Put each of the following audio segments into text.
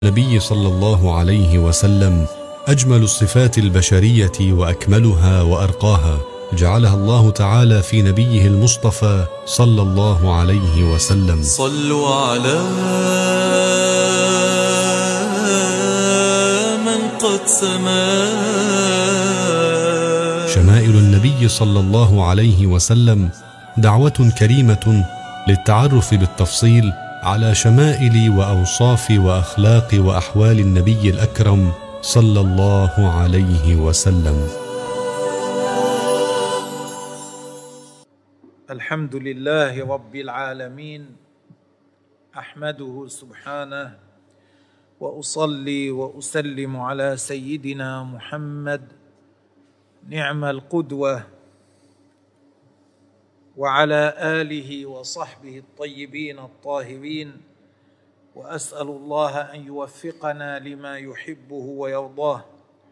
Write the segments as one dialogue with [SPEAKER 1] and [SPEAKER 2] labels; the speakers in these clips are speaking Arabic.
[SPEAKER 1] النبي صلى الله عليه وسلم أجمل الصفات البشرية وأكملها وأرقاها، جعلها الله تعالى في نبيه المصطفى صلى الله عليه وسلم.
[SPEAKER 2] صلوا على من قد سما.
[SPEAKER 1] شمائل النبي صلى الله عليه وسلم دعوة كريمة للتعرف بالتفصيل على شمائل وأوصاف وأخلاق وأحوال النبي الأكرم صلى الله عليه وسلم.
[SPEAKER 3] الحمد لله رب العالمين، أحمده سبحانه وأصلي وأسلم على سيدنا محمد نعم القدوة وعلى آله وصحبه الطيبين الطاهرين، وأسأل الله أن يوفقنا لما يحبه ويرضاه.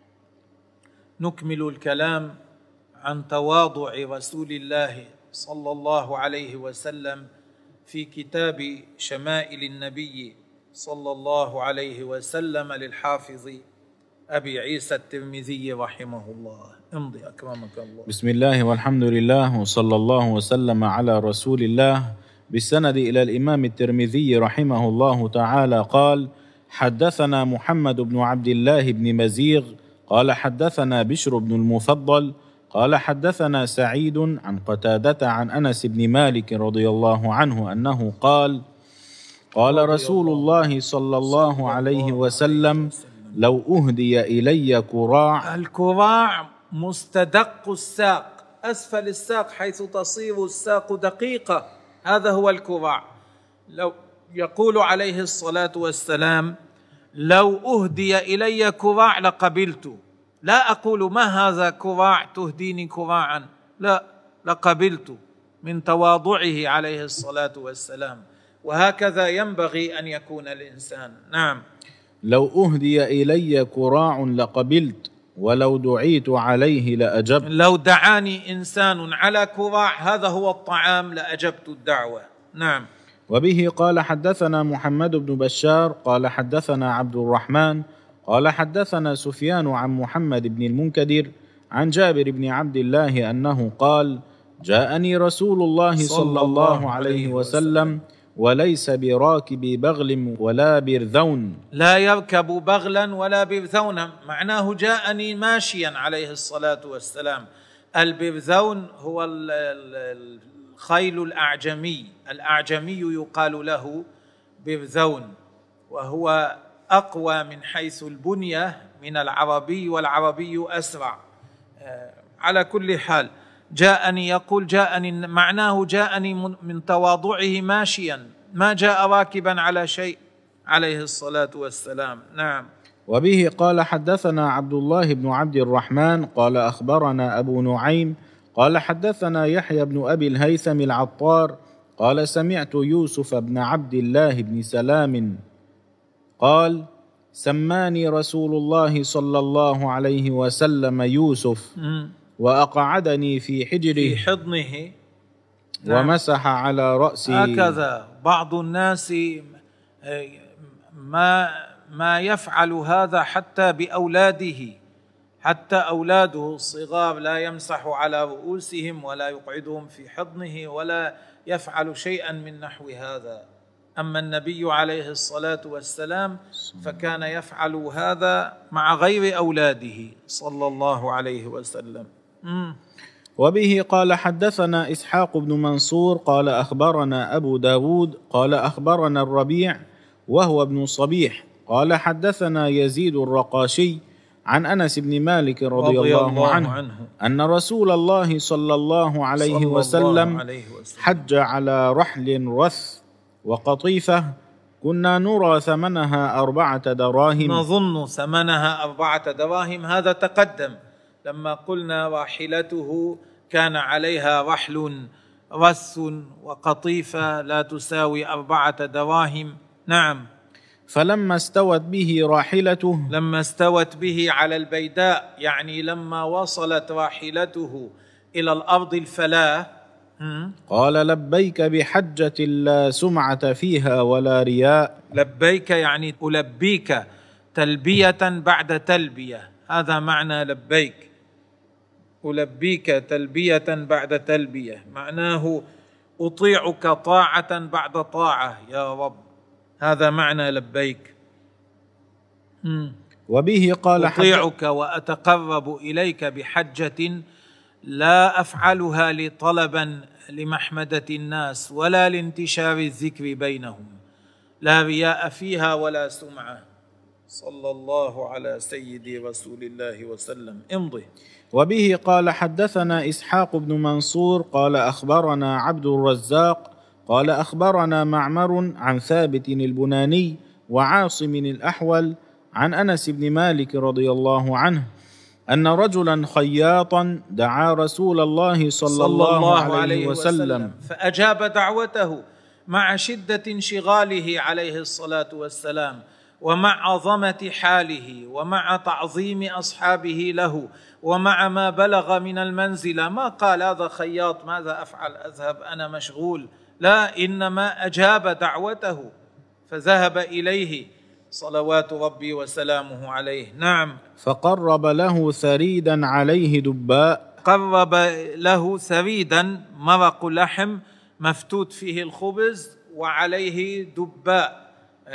[SPEAKER 3] نكمل الكلام عن تواضع رسول الله صلى الله عليه وسلم في كتاب شمائل النبي صلى الله عليه وسلم للحافظ أبي عيسى الترمذي رحمه الله. امضي أكرمك الله.
[SPEAKER 4] بسم الله والحمد لله وصلى الله وسلم على رسول الله. بالسند إلى الإمام الترمذي رحمه الله تعالى قال: حدثنا محمد بن عبد الله بن مزيغ قال حدثنا بشر بن المفضل قال حدثنا سعيد عن قتادة عن أنس بن مالك رضي الله عنه أنه قال: قال رسول الله صلى الله عليه وسلم: لو أهدي إلي كراع.
[SPEAKER 3] الكراع مستدق الساق، أسفل الساق حيث تصير الساق دقيقة، هذا هو الكراع. لو يقول عليه الصلاة والسلام: لو أهدي إلي كراع لقبلت. لا أقول ما هذا كراع تهديني كراعا، لا، لقبلت، من تواضعه عليه الصلاة والسلام. وهكذا ينبغي أن يكون الإنسان. نعم.
[SPEAKER 4] لو أهدي إلي كراع لقبلت ولو دعيت عليه لأجبت.
[SPEAKER 3] لو دعاني إنسان على كراع هذا هو الطعام لأجبت الدعوة. نعم.
[SPEAKER 4] وبه قال حدثنا محمد بن بشار قال حدثنا عبد الرحمن قال حدثنا سفيان عن محمد بن المنكدر عن جابر بن عبد الله أنه قال: جاءني رسول الله صلى الله عليه وسلم وليس براكب بغل ولا برذون.
[SPEAKER 3] لا يركب بغلا ولا برذونا، معناه جاءني ماشيا عليه الصلاة والسلام. البرذون هو الخيل الأعجمي يقال له برذون، وهو أقوى من حيث البنية من العربي، والعربي أسرع. على كل حال جاءني، يقول جاءني معناه جاءني من تواضعه ماشيا، ما جاء راكبا على شيء عليه الصلاة والسلام. نعم.
[SPEAKER 4] وبه قال حدثنا عبد الله بن عبد الرحمن قال أخبرنا أبو نعيم قال حدثنا يحيى بن أبي الهيثم العطار قال سمعت يوسف بن عبد الله بن سلام قال: سماني رسول الله صلى الله عليه وسلم يوسف وأقعدني في حجره
[SPEAKER 3] في حضنه
[SPEAKER 4] ومسح على رأسي.
[SPEAKER 3] هكذا بعض الناس ما يفعل هذا حتى بأولاده، حتى أولاده الصغار لا يمسح على رؤوسهم ولا يقعدهم في حضنه ولا يفعل شيئا من نحو هذا. أما النبي عليه الصلاة والسلام فكان يفعل هذا مع غير أولاده صلى الله عليه وسلم.
[SPEAKER 4] وبه قال حدثنا إسحاق بن منصور قال أخبرنا أبو داود قال أخبرنا الربيع وهو ابن صبيح قال حدثنا يزيد الرقاشي عن أنس بن مالك رضي الله عنه أن رسول الله صلى الله عليه وسلم حج على رحل رث وقطيفة كنا نرى ثمنها 4 دراهم.
[SPEAKER 3] نظن ثمنها 4 دراهم، هذا تقدم لما قلنا راحلته كان عليها رحل رث وقطيفة لا تساوي 4 دراهم. نعم.
[SPEAKER 4] فلما استوت به راحلته،
[SPEAKER 3] لما استوت به على البيداء، يعني لما وصلت راحلته إلى الأرض الفلاة،
[SPEAKER 4] قال لبيك بحجة لا سمعة فيها ولا رياء.
[SPEAKER 3] لبيك يعني ألبيك تلبية بعد تلبية، هذا معنى لبيك، ألبيك تلبية بعد تلبية، معناه أطيعك طاعة بعد طاعة يا رب، هذا معنى لبيك.
[SPEAKER 4] وبه قال
[SPEAKER 3] أطيعك وأتقرب إليك بحجة لا أفعلها لطلبا لمحمدة الناس ولا لانتشار الذكر بينهم، لا رياء فيها ولا سمعة. صلى الله على سيدي رسول الله وسلم. امضي.
[SPEAKER 4] وبه قال حدثنا إسحاق بن منصور قال أخبرنا عبد الرزاق قال أخبرنا معمر عن ثابت البناني وعاصم الأحول عن أنس بن مالك رضي الله عنه أن رجلا خياطا دعا رسول الله صلى الله عليه وسلم
[SPEAKER 3] فأجاب دعوته مع شدة انشغاله عليه الصلاة والسلام، ومع عظمة حاله، ومع تعظيم أصحابه له، ومع ما بلغ من المنزلة. ما قال هذا خياط ماذا أفعل، أذهب أنا مشغول، لا، إنما أجاب دعوته فذهب إليه صلوات ربي وسلامه عليه. نعم.
[SPEAKER 4] فقرب له ثريدا عليه دباء.
[SPEAKER 3] قرب له ثريدا، مرق لحم مفتوت فيه الخبز وعليه دباء،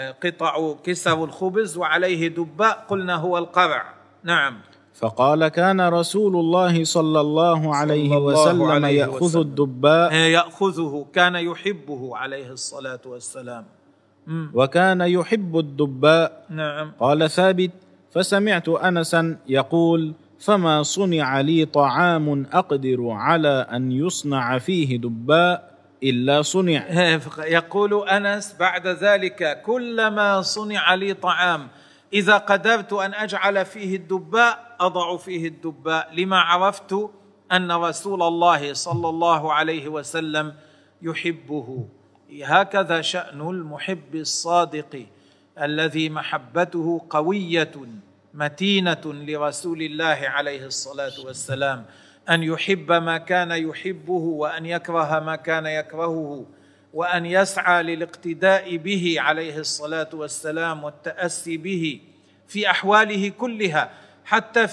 [SPEAKER 3] قطع كسر الخبز وعليه دباء، قلنا هو القرع. نعم.
[SPEAKER 4] فقال كان رسول الله صلى الله عليه وسلم يأخذ الدباء،
[SPEAKER 3] يأخذه، كان يحبه عليه الصلاة والسلام،
[SPEAKER 4] وكان يحب الدباء.
[SPEAKER 3] نعم.
[SPEAKER 4] قال ثابت فسمعت أنسا يقول فما صنع لي طعام أقدر على أن يصنع فيه دباء إلا صنع.
[SPEAKER 3] يقول أنس بعد ذلك كلما صنع لي طعام إذا قدرت أن أجعل فيه الدباء أضع فيه الدباء، لما عرفت أن رسول الله صلى الله عليه وسلم يحبه. هكذا شأن المحب الصادق الذي محبته قوية متينة لرسول الله عليه الصلاة والسلام، أن يحب ما كان يحبه وأن يكره ما كان يكرهه، وأن يسعى للاقتداء به عليه الصلاة والسلام والتأسي به في أحواله كلها، حتى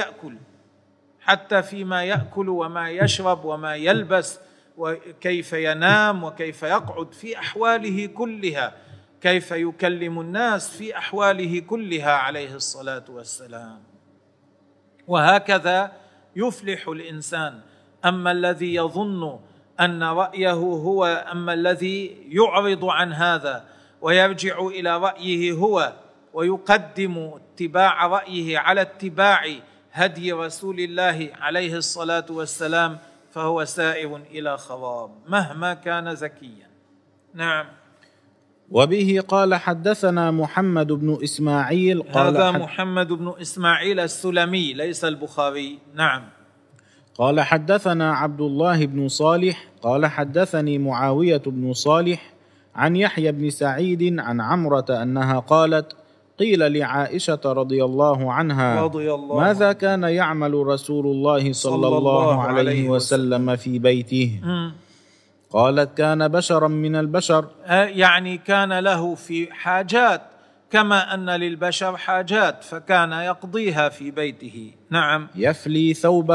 [SPEAKER 3] فيما يأكل وما يشرب وما يلبس، وكيف ينام وكيف يقعد، في أحواله كلها، كيف يكلم الناس في أحواله كلها عليه الصلاة والسلام. وهكذا يفلح الإنسان. أما الذي يظن أن رأيه هو، أما الذي يعرض عن هذا ويرجع إلى رأيه هو ويقدم اتباع رأيه على اتباع هدي رسول الله عليه الصلاة والسلام، فهو سائر إلى خراب مهما كان ذكيا. نعم.
[SPEAKER 4] وبه قال حدثنا محمد بن إسماعيل قال
[SPEAKER 3] هذا محمد بن إسماعيل السلمي ليس البخاري. نعم.
[SPEAKER 4] قال حدثنا عبد الله بن صالح قال حدثني معاوية بن صالح عن يحيى بن سعيد عن عمرة أنها قالت قيل لعائشة رضي الله عنها ماذا كان يعمل رسول الله صلى الله عليه وسلم في بيته؟ قالت كان بشرا من البشر،
[SPEAKER 3] يعني كان له في حاجات كما أن للبشر حاجات، فكان يقضيها في بيته. نعم.
[SPEAKER 4] يفلي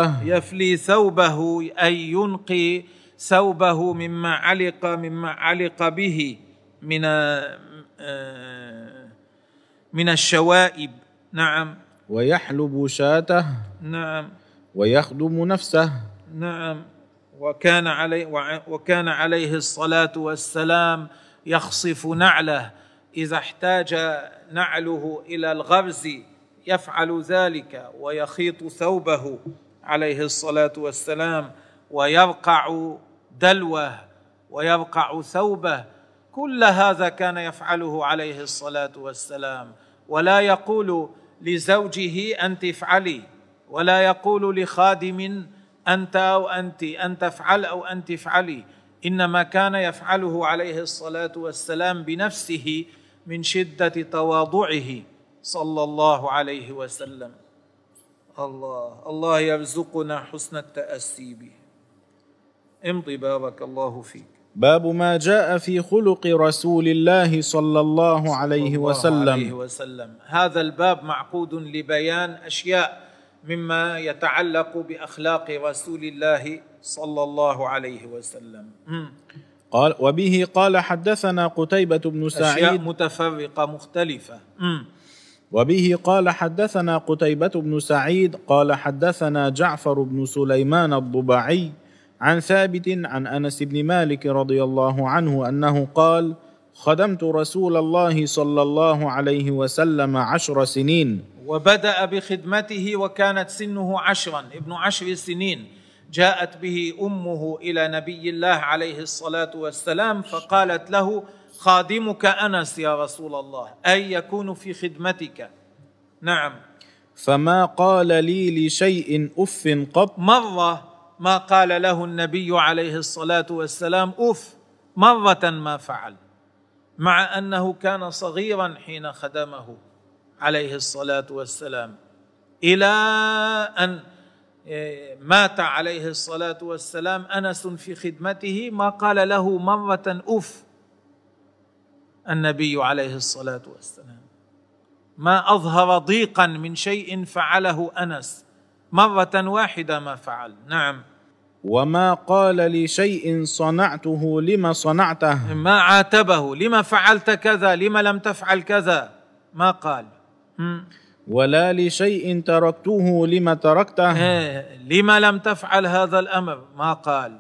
[SPEAKER 4] ثوبه
[SPEAKER 3] أي ينقي ثوبه مما علق به من الشوائب. نعم.
[SPEAKER 4] ويحلب شاته.
[SPEAKER 3] نعم.
[SPEAKER 4] ويخدم نفسه.
[SPEAKER 3] نعم. وكان عليه الصلاة والسلام يخصف نعله إذا احتاج نعله إلى الغرز، يفعل ذلك، ويخيط ثوبه عليه الصلاة والسلام، ويرقع دلوه ويرقع ثوبه، كل هذا كان يفعله عليه الصلاة والسلام. ولا يقول لزوجه أنت افعلي، ولا يقول لخادم أنت أو أنت افعل أو أنت افعلي، إنما كان يفعله عليه الصلاة والسلام بنفسه من شدة تواضعه صلى الله عليه وسلم. الله يرزقنا حسن التأسي به. امضي بارك الله فيك.
[SPEAKER 4] باب ما جاء في خلق رسول الله صلى الله عليه
[SPEAKER 3] وسلم. هذا الباب معقود لبيان أشياء مما يتعلق بأخلاق رسول الله صلى الله عليه وسلم.
[SPEAKER 4] قال وبه قال حدثنا قتيبة بن سعيد،
[SPEAKER 3] أشياء متفرقة مختلفة.
[SPEAKER 4] وبه قال حدثنا قتيبة بن سعيد قال حدثنا جعفر بن سليمان الضبعي عن ثابت عن أنس بن مالك رضي الله عنه أنه قال خدمت رسول الله صلى الله عليه وسلم 10 سنين.
[SPEAKER 3] وبدأ بخدمته وكانت سنه 10، ابن 10 سنين. جاءت به أمه إلى نبي الله عليه الصلاة والسلام فقالت له خادمك أنس يا رسول الله، أي يكون في خدمتك. نعم.
[SPEAKER 4] فما قال لي لشيء أف قط،
[SPEAKER 3] مرة ما قال له النبي عليه الصلاة والسلام أف، مرة ما فعل، مع أنه كان صغيرا حين خدمه عليه الصلاة والسلام، إلى أن مات عليه الصلاة والسلام أنس في خدمته ما قال له مرة أف النبي عليه الصلاة والسلام، ما أظهر ضيقا من شيء فعله أنس، مرة واحدة ما فعل. نعم.
[SPEAKER 4] وما قال لشيء صنعته لما صنعته،
[SPEAKER 3] ما عاتبه لما فعلت كذا، لما لم تفعل كذا، ما قال.
[SPEAKER 4] ولا لشيء تركته لما تركته،
[SPEAKER 3] لما لم تفعل هذا الأمر، ما قال.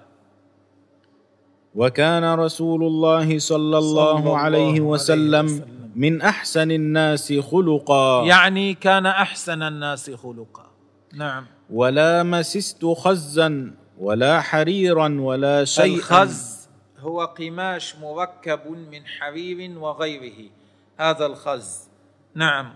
[SPEAKER 4] وكان رسول الله صلى الله عليه وسلم من أحسن الناس خلقا،
[SPEAKER 3] يعني كان أحسن الناس خلقا. نعم.
[SPEAKER 4] ولا مسست خزا ولا حريرا ولا شيئا.
[SPEAKER 3] الخز هو قماش مركب من حرير وغيره، هذا الخز. نعم.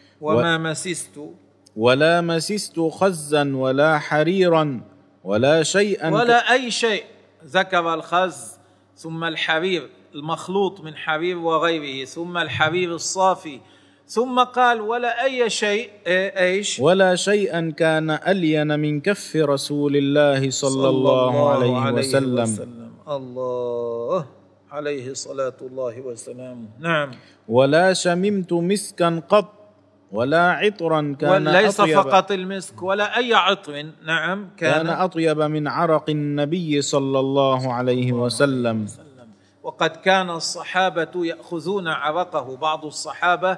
[SPEAKER 4] ولا مسست خزا ولا حريرا ولا شيئا،
[SPEAKER 3] ولا أي شيء. ذكر الخز ثم الحرير المخلوط من حرير وغيره ثم الحرير الصافي، ثم قال ولا أي شيء. إيش؟
[SPEAKER 4] ولا شيئا كان ألين من كف رسول الله صلى الله عليه وسلم.
[SPEAKER 3] الله عليه صلاة الله وسلامه. نعم.
[SPEAKER 4] ولا شممت مسكا قط ولا عطرا كان
[SPEAKER 3] وليس
[SPEAKER 4] أطيب،
[SPEAKER 3] فقط المسك ولا أي عطر. نعم.
[SPEAKER 4] كان أطيب من عرق النبي صلى الله عليه وسلم.
[SPEAKER 3] وقد كان الصحابة يأخذون عرقه، بعض الصحابة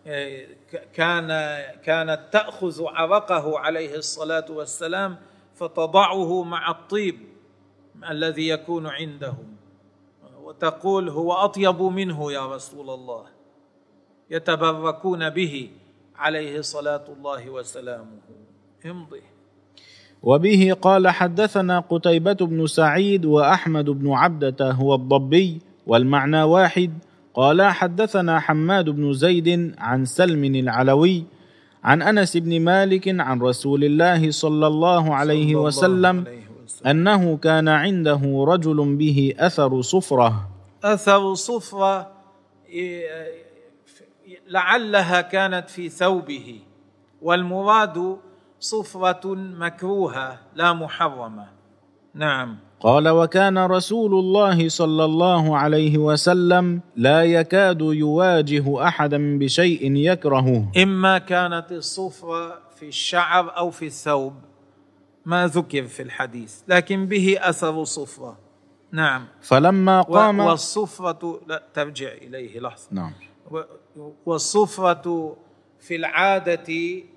[SPEAKER 3] كانت تأخذ عرقه عليه الصلاة والسلام فتضعه مع الطيب الذي يكون عندهم وتقول هو أطيب منه يا رسول الله، يتبركون به عليه صلاة الله وسلامه. امضي.
[SPEAKER 4] وبه قال حدثنا قتيبة بن سعيد وأحمد بن عبدة هو الضبي والمعنى واحد. قال حدثنا حماد بن زيد عن سلم العلوي عن أنس بن مالك عن رسول الله صلى الله عليه وسلم أنه كان عنده رجل به أثر صفرة.
[SPEAKER 3] أثر صفرة لعلها كانت في ثوبه، والمراد صفرة مكروهة لا محرمة. نعم.
[SPEAKER 4] قال وكان رسول الله صلى الله عليه وسلم لا يكاد يواجه أحدا بشيء يكرهه،
[SPEAKER 3] إما كانت الصفرة في الشعر أو في الثوب، ما ذكر في الحديث، لكن به أثر صفرة. نعم.
[SPEAKER 4] فلما قام
[SPEAKER 3] والصفرة لا ترجع إليه لحظة.
[SPEAKER 4] نعم.
[SPEAKER 3] والصفرة في العادة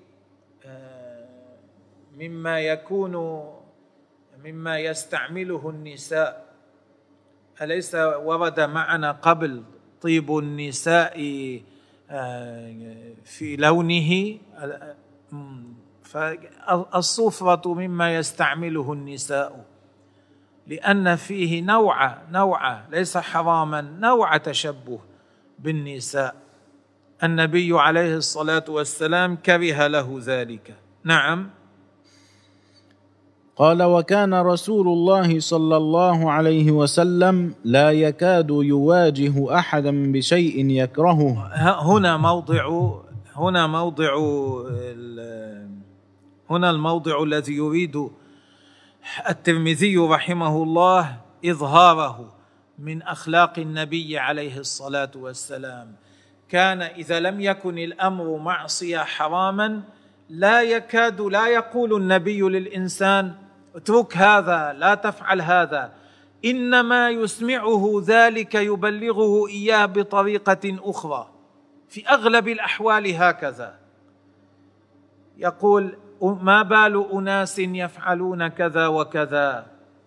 [SPEAKER 3] مما يستعمله النساء. أليس ورد معنا قبل طيب النساء في لونه؟ فالصفرة مما يستعمله النساء، لأن فيه نوع ليس حراما، نوع تشبه بالنساء. النبي عليه الصلاة والسلام كره له ذلك. نعم.
[SPEAKER 4] قال وكان رسول الله صلى الله عليه وسلم لا يكاد يواجه أحدا بشيء يكرهه.
[SPEAKER 3] هنا الموضع الذي يريد الترمذي رحمه الله إظهاره من أخلاق النبي عليه الصلاة والسلام، كان إذا لم يكن الأمر معصية حراما لا يقول النبي للإنسان اترك هذا، لا تفعل هذا، إنما يسمعه ذلك، يبلغه إياه بطريقة أخرى. في أغلب الأحوال هكذا يقول ما بال أناس يفعلون كذا وكذا،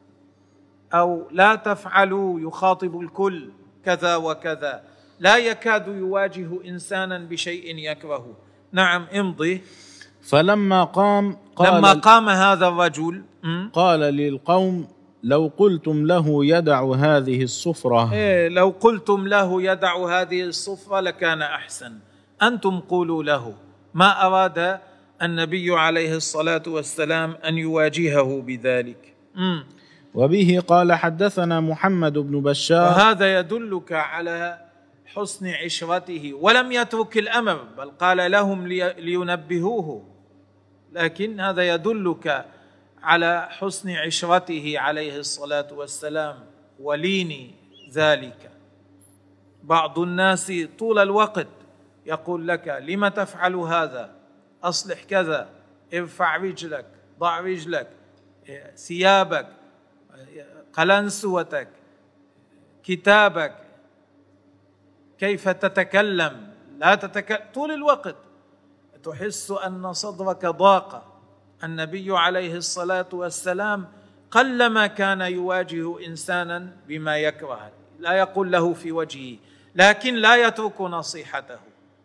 [SPEAKER 3] أو لا تفعلوا، يخاطب الكل كذا وكذا، لا يكاد يواجه إنسانا بشيء يكرهه. نعم امضي.
[SPEAKER 4] فلما قام
[SPEAKER 3] هذا الرجل
[SPEAKER 4] قال للقوم لو قلتم له يدع هذه الصفرة،
[SPEAKER 3] لو قلتم له يدع هذه الصفرة لكان أحسن، أنتم قولوا له. ما أراد النبي عليه الصلاة والسلام أن يواجهه بذلك.
[SPEAKER 4] وبه قال حدثنا محمد بن بشار.
[SPEAKER 3] وهذا يدلك على حسن عشرته، ولم يترك الأمر بل قال لهم لينبهوه، لكن هذا يدلك على حسن عشرته عليه الصلاة والسلام ولين ذلك. بعض الناس طول الوقت يقول لك لم تفعل هذا، أصلح كذا، ارفع رجلك، ضع رجلك، ثيابك، قلنسوتك، كتابك، كيف تتكلم، لا تتكلم طول الوقت، تحس أن صدرك ضاق. النبي عليه الصلاة والسلام قلما كان يواجه إنسانا بما يكره، لا يقول له في وجهه، لكن لا يترك نصيحته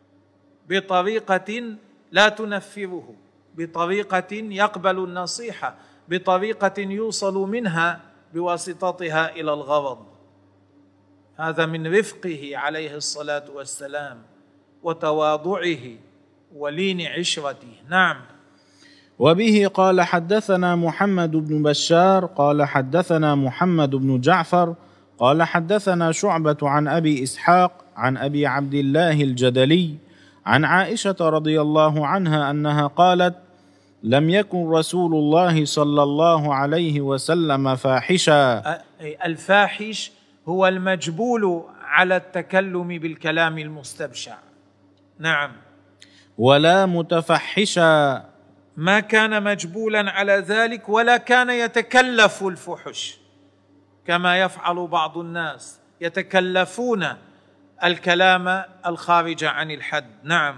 [SPEAKER 3] بطريقة لا تنفره، بطريقة يقبل النصيحة، بطريقة يوصل منها بواسطتها إلى الغرض. هذا من رفقه عليه الصلاة والسلام وتواضعه ولين عشرته. نعم.
[SPEAKER 4] وبه قال حدثنا محمد بن بشار قال حدثنا محمد بن جعفر قال حدثنا شعبة عن أبي إسحاق عن أبي عبد الله الجدلي عن عائشة رضي الله عنها أنها قالت لم يكن رسول الله صلى الله عليه وسلم فاحشا.
[SPEAKER 3] الفاحش هو المجبول على التكلم بالكلام المستبشع. نعم.
[SPEAKER 4] ولا متفحشا،
[SPEAKER 3] ما كان مجبولا على ذلك ولا كان يتكلف الفحش كما يفعل بعض الناس، يتكلفون الكلام الخارج عن الحد. نعم.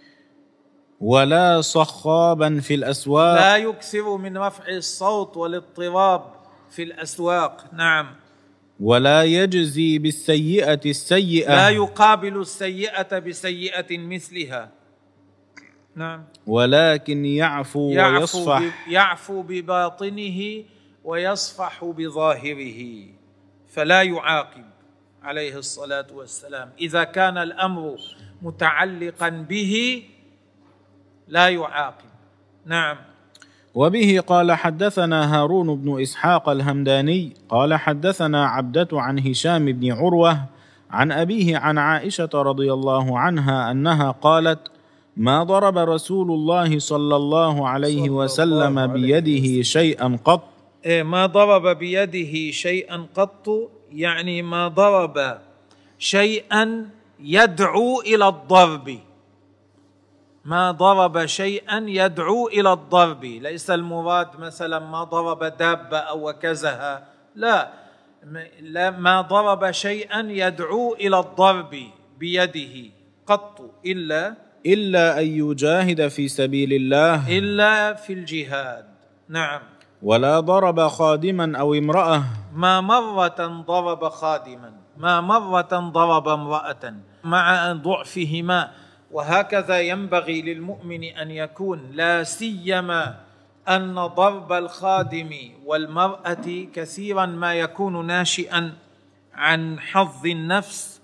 [SPEAKER 4] ولا صخابا في الأسواق،
[SPEAKER 3] لا يكثر من رفع الصوت والاضطراب في الأسواق. نعم.
[SPEAKER 4] ولا يجزي بالسيئة السيئة،
[SPEAKER 3] لا يقابل السيئة بسيئة مثلها. نعم.
[SPEAKER 4] ولكن يعفو ويصفح،
[SPEAKER 3] يعفو بباطنه ويصفح بظاهره، فلا يعاقب عليه الصلاة والسلام. إذا كان الأمر متعلقا به لا يعاقب. نعم.
[SPEAKER 4] وبه قال حدثنا هارون بن إسحاق الهمداني قال حدثنا عبدة عن هشام بن عروة عن أبيه عن عائشة رضي الله عنها أنها قالت ما ضرب رسول الله صلى الله عليه وسلم بيده شيئا قط.
[SPEAKER 3] ما ضرب بيده شيئا قط، يعني ما ضرب شيئا يدعو إلى الضرب، ما ضرب شيئا يدعو إلى الضرب، ليس المراد مثلا ما ضرب دابة أو وكزها، لا، ما ضرب شيئا يدعو إلى الضرب بيده قط
[SPEAKER 4] إلا أن يجاهد في سبيل الله،
[SPEAKER 3] إلا في الجهاد. نعم.
[SPEAKER 4] ولا ضرب خادما أو امرأة،
[SPEAKER 3] ما مرة ضرب خادما، ما مرة ضرب امرأة، مع ضعفهما. وهكذا ينبغي للمؤمن أن يكون، لا سيما أن ضرب الخادم والمرأة كثيرا ما يكون ناشئا عن حظ النفس،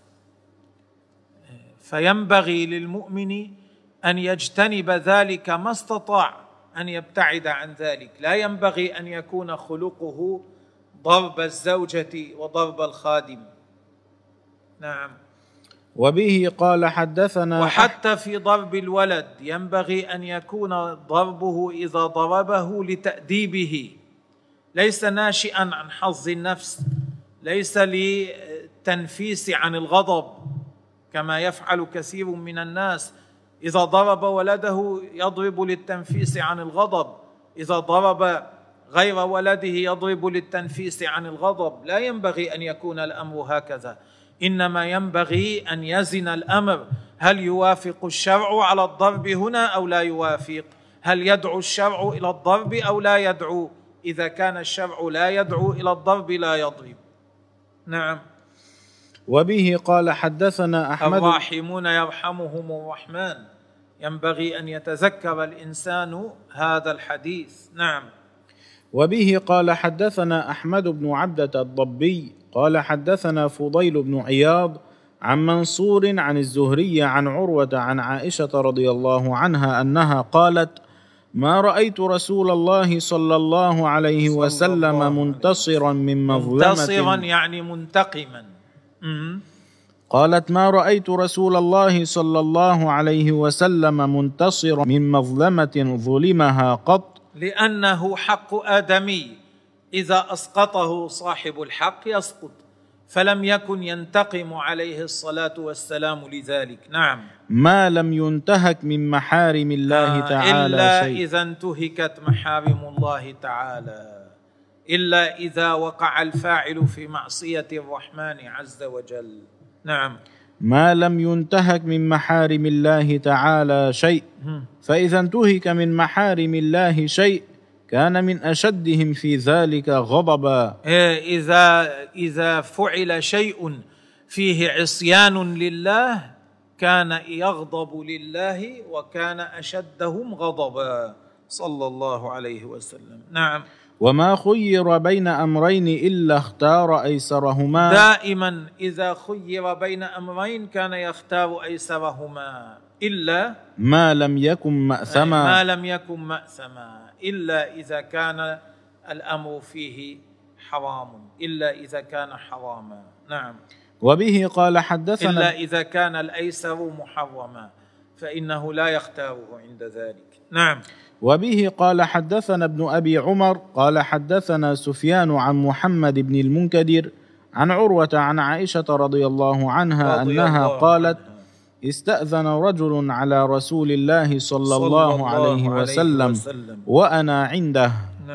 [SPEAKER 3] فينبغي للمؤمن أن يجتنب ذلك ما استطاع، أن يبتعد عن ذلك. لا ينبغي أن يكون خلقه ضرب الزوجة وضرب الخادم. نعم.
[SPEAKER 4] وبه قال حدثنا،
[SPEAKER 3] وحتى في ضرب الولد ينبغي أن يكون ضربه إذا ضربه لتأديبه، ليس ناشئا عن حظ النفس، ليس للتنفيس عن الغضب كما يفعل كثير من الناس. إذا ضرب ولده يضرب للتنفيس عن الغضب، إذا ضرب غير ولده يضرب للتنفيس عن الغضب. لا ينبغي أن يكون الأمر هكذا، إنما ينبغي أن يزن الأمر، هل يوافق الشرع على الضرب هنا أو لا يوافق؟ هل يدعو الشرع إلى الضرب أو لا يدعو؟ إذا كان الشرع لا يدعو إلى الضرب لا يضرب. نعم.
[SPEAKER 4] وبه قال حدثنا أحمد.
[SPEAKER 3] الراحمون يرحمهم الرحمن، ينبغي أن يتذكر الإنسان هذا الحديث. نعم.
[SPEAKER 4] وبه قال حدثنا أحمد بن عبدة الضبي قال حدثنا فضيل بن عياض عن منصور عن الزهري عن عروة عن عائشة رضي الله عنها أنها قالت: ما رأيت رسول الله صلى الله عليه وسلم منتصرا من مظلمة.
[SPEAKER 3] منتصرا يعني منتقما.
[SPEAKER 4] قالت: ما رأيت رسول الله صلى الله عليه وسلم منتصرا من مظلمة ظلمها قط.
[SPEAKER 3] لأنه حق آدمي، إذا أسقطه صاحب الحق يسقط، فلم يكن ينتقم عليه الصلاة والسلام لذلك. نعم.
[SPEAKER 4] ما لم ينتهك من محارم الله تعالى
[SPEAKER 3] إلا
[SPEAKER 4] شيء.
[SPEAKER 3] إذا انتهكت محارم الله تعالى، إلا إذا وقع الفاعل في معصية الرحمن عز وجل. نعم.
[SPEAKER 4] ما لم ينتهك من محارم الله تعالى شيء، فإذا انتهك من محارم الله شيء كان من أشدهم في ذلك غضبا.
[SPEAKER 3] إذا فعل شيء فيه عصيان لله كان يغضب لله، وكان أشدهم غضبا صلى الله عليه وسلم. نعم.
[SPEAKER 4] وما خير بين أمرين إلا اختار أيسرهما.
[SPEAKER 3] دائما إذا خير بين أمرين كان يختار أيسرهما، إلا
[SPEAKER 4] ما لم يكن مأثما.
[SPEAKER 3] ما لم يكن مأثما، إلا إذا كان الأمر فيه حرام، إلا إذا كان حراما. نعم.
[SPEAKER 4] وبه قال حدثنا.
[SPEAKER 3] إلا إذا كان الأيسر محرما فإنه لا يختاره عند ذلك. نعم.
[SPEAKER 4] وبه قال حدثنا ابن أبي عمر قال حدثنا سفيان عن محمد بن المنكدر عن عروة عن عائشة رضي الله عنها أنها قالت: استأذن رجل على رسول الله صلى الله عليه وسلم وأنا عنده،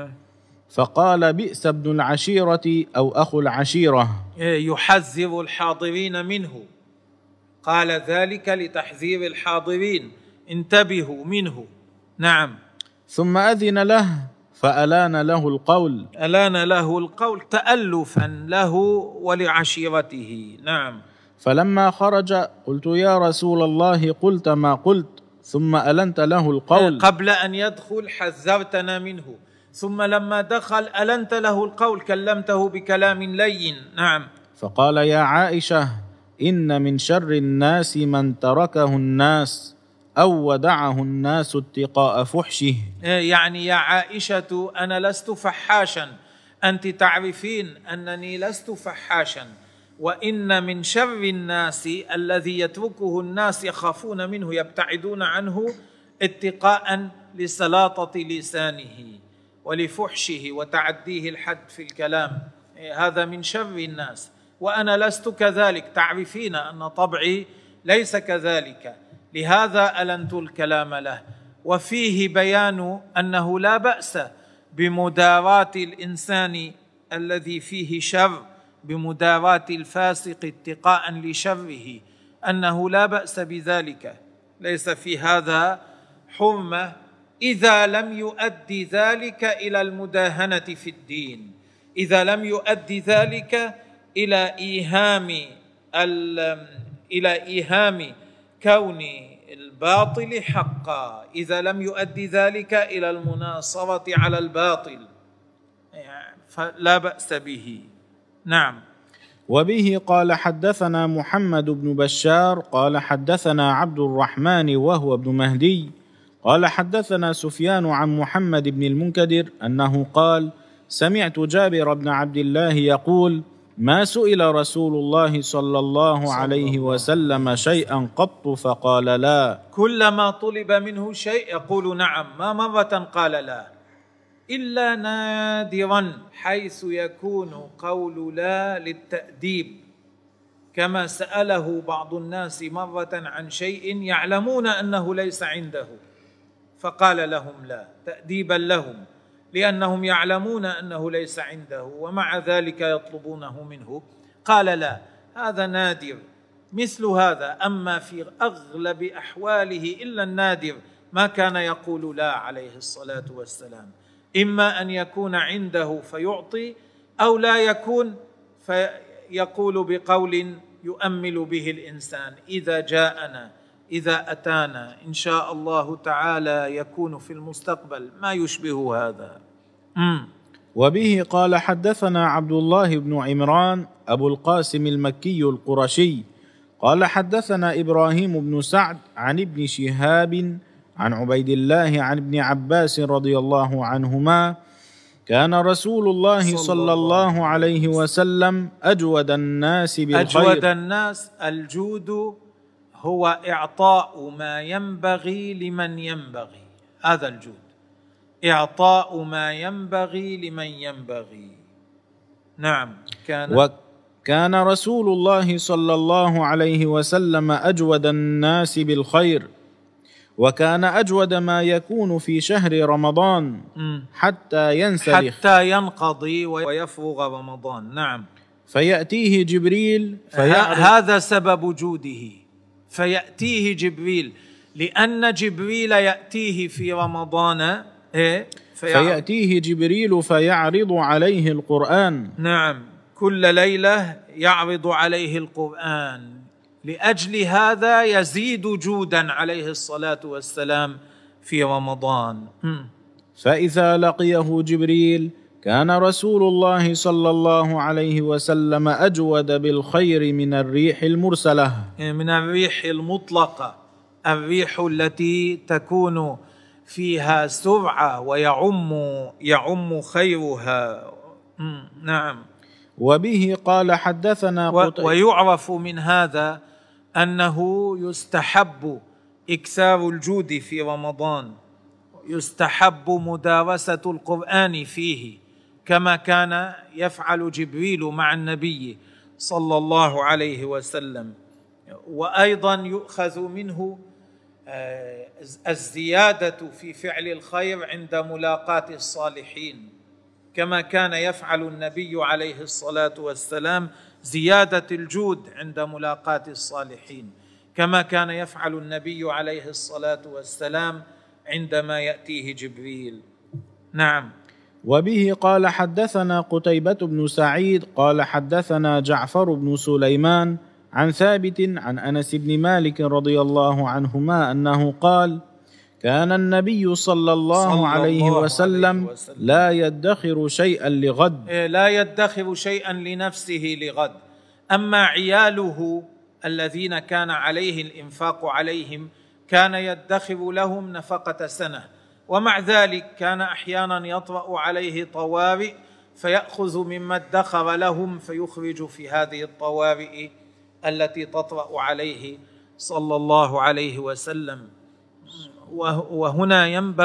[SPEAKER 4] فقال: بئس ابن العشيرة أو أخو العشيرة.
[SPEAKER 3] يحذر الحاضرين منه، قال ذلك لتحذير الحاضرين، انتبهوا منه. نعم.
[SPEAKER 4] ثم أذن له فألان له القول.
[SPEAKER 3] ألان له القول تألفا له ولعشيرته. نعم.
[SPEAKER 4] فلما خرج قلت: يا رسول الله قلت ما قلت ثم ألنت له القول.
[SPEAKER 3] قبل أن يدخل حذرتنا منه، ثم لما دخل ألنت له القول، كلمته بكلام لين. نعم.
[SPEAKER 4] فقال: يا عائشة إن من شر الناس من تركه الناس أو ودعه الناس اتقاء فحشه.
[SPEAKER 3] يعني يا عائشة أنا لست فحاشا، أنت تعرفين أنني لست فحاشا، وإن من شر الناس الذي يتركه الناس يخافون منه يبتعدون عنه اتقاء لسلاطة لسانه ولفحشه وتعديه الحد في الكلام، هذا من شر الناس، وأنا لست كذلك، تعرفين أن طبعي ليس كذلك، لهذا ألنت الكلام له. وفيه بيان أنه لا بأس بمداراة الإنسان الذي فيه شر، بمداراة الفاسق اتقاء لشره، أنه لا بأس بذلك، ليس في هذا حرمة إذا لم يؤدي ذلك إلى المداهنة في الدين، إذا لم يؤدي ذلك إلى إيهام كون الباطل حقا، إذا لم يؤدي ذلك إلى المناصرة على الباطل فلا بأس به. نعم.
[SPEAKER 4] وبه قال حدثنا محمد بن بشار قال حدثنا عبد الرحمن وهو ابن مهدي قال حدثنا سفيان عن محمد بن المنكدر أنه قال: سمعت جابر بن عبد الله يقول: ما سئل رسول الله صلى الله عليه وسلم شيئا قط فقال لا.
[SPEAKER 3] كلما طلب منه شيء يقول نعم، ما مرة قال لا. إلا نادرا حيث يكون قول لا للتأديب، كما سأله بعض الناس مرة عن شيء يعلمون أنه ليس عنده فقال لهم لا تأديبا لهم، لأنهم يعلمون أنه ليس عنده ومع ذلك يطلبونه منه، قال لا. هذا نادر مثل هذا. أما في أغلب أحواله إلا النادر ما كان يقول لا عليه الصلاة والسلام، إما أن يكون عنده فيعطي، أو لا يكون فيقول بقول يؤمل به الإنسان إذا جاءنا، إذا أتانا إن شاء الله تعالى يكون في المستقبل ما يشبه هذا.
[SPEAKER 4] وبه قال حدثنا عبد الله بن عمران أبو القاسم المكي القرشي قال حدثنا إبراهيم بن سعد عن ابن شهاب عن عبيد الله عن ابن عباس رضي الله عنهما كان رسول الله صلى الله عليه وسلم أجود الناس بالخير.
[SPEAKER 3] أجود الناس، الجود هو إعطاء ما ينبغي لمن ينبغي، هذا الجود، إعطاء ما ينبغي لمن ينبغي. نعم.
[SPEAKER 4] كان رسول الله صلى الله عليه وسلم أجود الناس بالخير، وكان أجود ما يكون في شهر رمضان حتى ينسلخ،
[SPEAKER 3] حتى ينقضي ويفرغ رمضان. نعم.
[SPEAKER 4] فيأتيه جبريل
[SPEAKER 3] هذا سبب جوده، فيأتيه جبريل، لأن جبريل يأتيه في رمضان
[SPEAKER 4] فيأتيه جبريل فيعرض عليه القرآن.
[SPEAKER 3] نعم، كل ليلة يعرض عليه القرآن. لأجل هذا يزيد جودا عليه الصلاة والسلام في رمضان.
[SPEAKER 4] فإذا لقيه جبريل كان رسول الله صلى الله عليه وسلم أجود بالخير من الريح المرسلة،
[SPEAKER 3] من الريح المطلقة، الريح التي تكون فيها سرعة ويعم خيرها. نعم.
[SPEAKER 4] وبه قال حدثنا
[SPEAKER 3] ويعرف من هذا أنه يستحب إكثار الجود في رمضان، يستحب مدارسة القرآن فيه كما كان يفعل جبريل مع النبي صلى الله عليه وسلم. وأيضا يؤخذ منه الزيادة في فعل الخير عند ملاقاة الصالحين، كما كان يفعل النبي عليه الصلاة والسلام زيادة الجود عند ملاقاة الصالحين، كما كان يفعل النبي عليه الصلاة والسلام عندما يأتيه جبريل. نعم.
[SPEAKER 4] وبه قال حدثنا قتيبة بن سعيد قال حدثنا جعفر بن سليمان عن ثابت عن أنس بن مالك رضي الله عنهما أنه قال كان النبي صلى الله عليه وسلم لا يدخر شيئا لغد،
[SPEAKER 3] لا يدخر شيئا لنفسه لغد. أما عياله الذين كان عليه الإنفاق عليهم كان يدخر لهم نفقة سنة، ومع ذلك كان أحيانا يطرأ عليه طوارئ فيأخذ مما ادخر لهم فيخرج في هذه الطوارئ التي تطرأ عليه صلى الله عليه وسلم. وهنا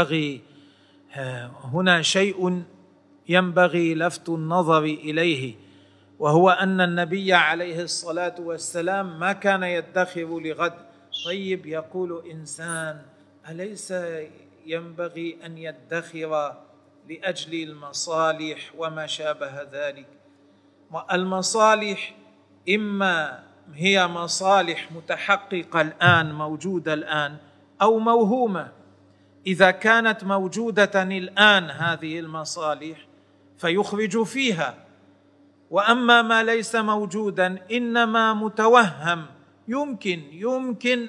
[SPEAKER 3] هنا شيء ينبغي لفت النظر إليه، وهو أن النبي عليه الصلاة والسلام ما كان يدخر لغد. طيب، يقول إنسان أليس ينبغي أن يدخر لأجل المصالح وما شابه ذلك؟ المصالح إما هي مصالح متحققة الآن موجودة الآن أو موهومة. إذا كانت موجودة الآن هذه المصالح فيخرج فيها، وأما ما ليس موجودا إنما متوهم، يمكن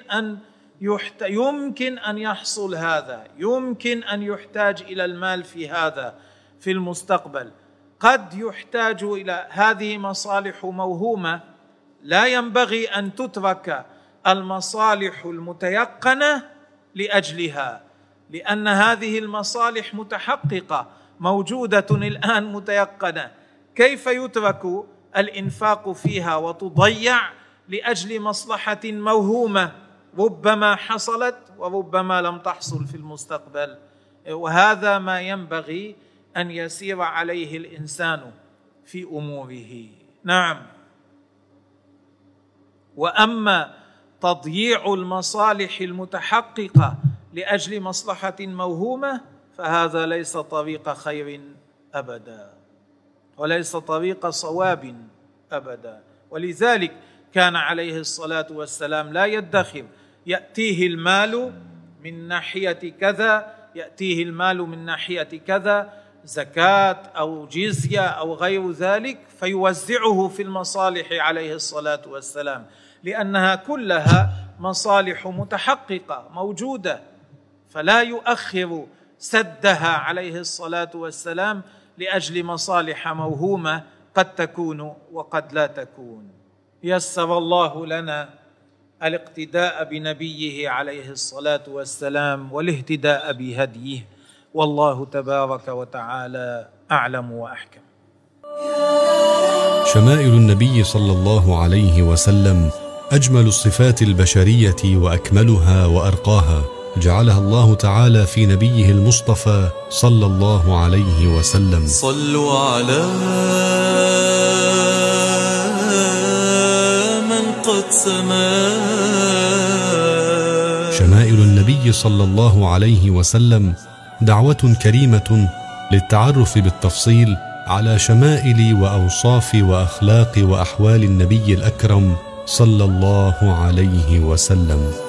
[SPEAKER 3] أن يحصل هذا، يمكن أن يحتاج إلى المال في هذا في المستقبل، قد يحتاج إلى هذه مصالح موهومة. لا ينبغي أن تترك المصالح المتيقنة لأجلها، لأن هذه المصالح متحققة موجودة الآن متيقنة. كيف يترك الإنفاق فيها وتضيع لأجل مصلحة موهومة ربما حصلت وربما لم تحصل في المستقبل؟ وهذا ما ينبغي أن يسير عليه الإنسان في أموره. نعم. وأما تضييع المصالح المتحققة لأجل مصلحة موهومة فهذا ليس طريق خير أبدا، وليس طريق صواب أبدا. ولذلك كان عليه الصلاة والسلام لا يدخر، يأتيه المال من ناحية كذا، يأتيه المال من ناحية كذا، زكاة أو جزية أو غير ذلك، فيوزعه في المصالح عليه الصلاة والسلام، لأنها كلها مصالح متحققة موجودة، فلا يؤخر سدها عليه الصلاة والسلام لأجل مصالح موهومة قد تكون وقد لا تكون. يسر الله لنا الاقتداء بنبيه عليه الصلاة والسلام والاهتداء بهديه، والله تبارك وتعالى أعلم وأحكم.
[SPEAKER 1] شمائل النبي صلى الله عليه وسلم أجمل الصفات البشرية وأكملها وأرقاها، جعلها الله تعالى في نبيه المصطفى صلى الله عليه وسلم.
[SPEAKER 2] صلوا على من قد سما.
[SPEAKER 1] شمائل النبي صلى الله عليه وسلم دعوة كريمة للتعرف بالتفصيل على شمائل وأوصاف وأخلاق وأحوال النبي الأكرم صلى الله عليه وسلم.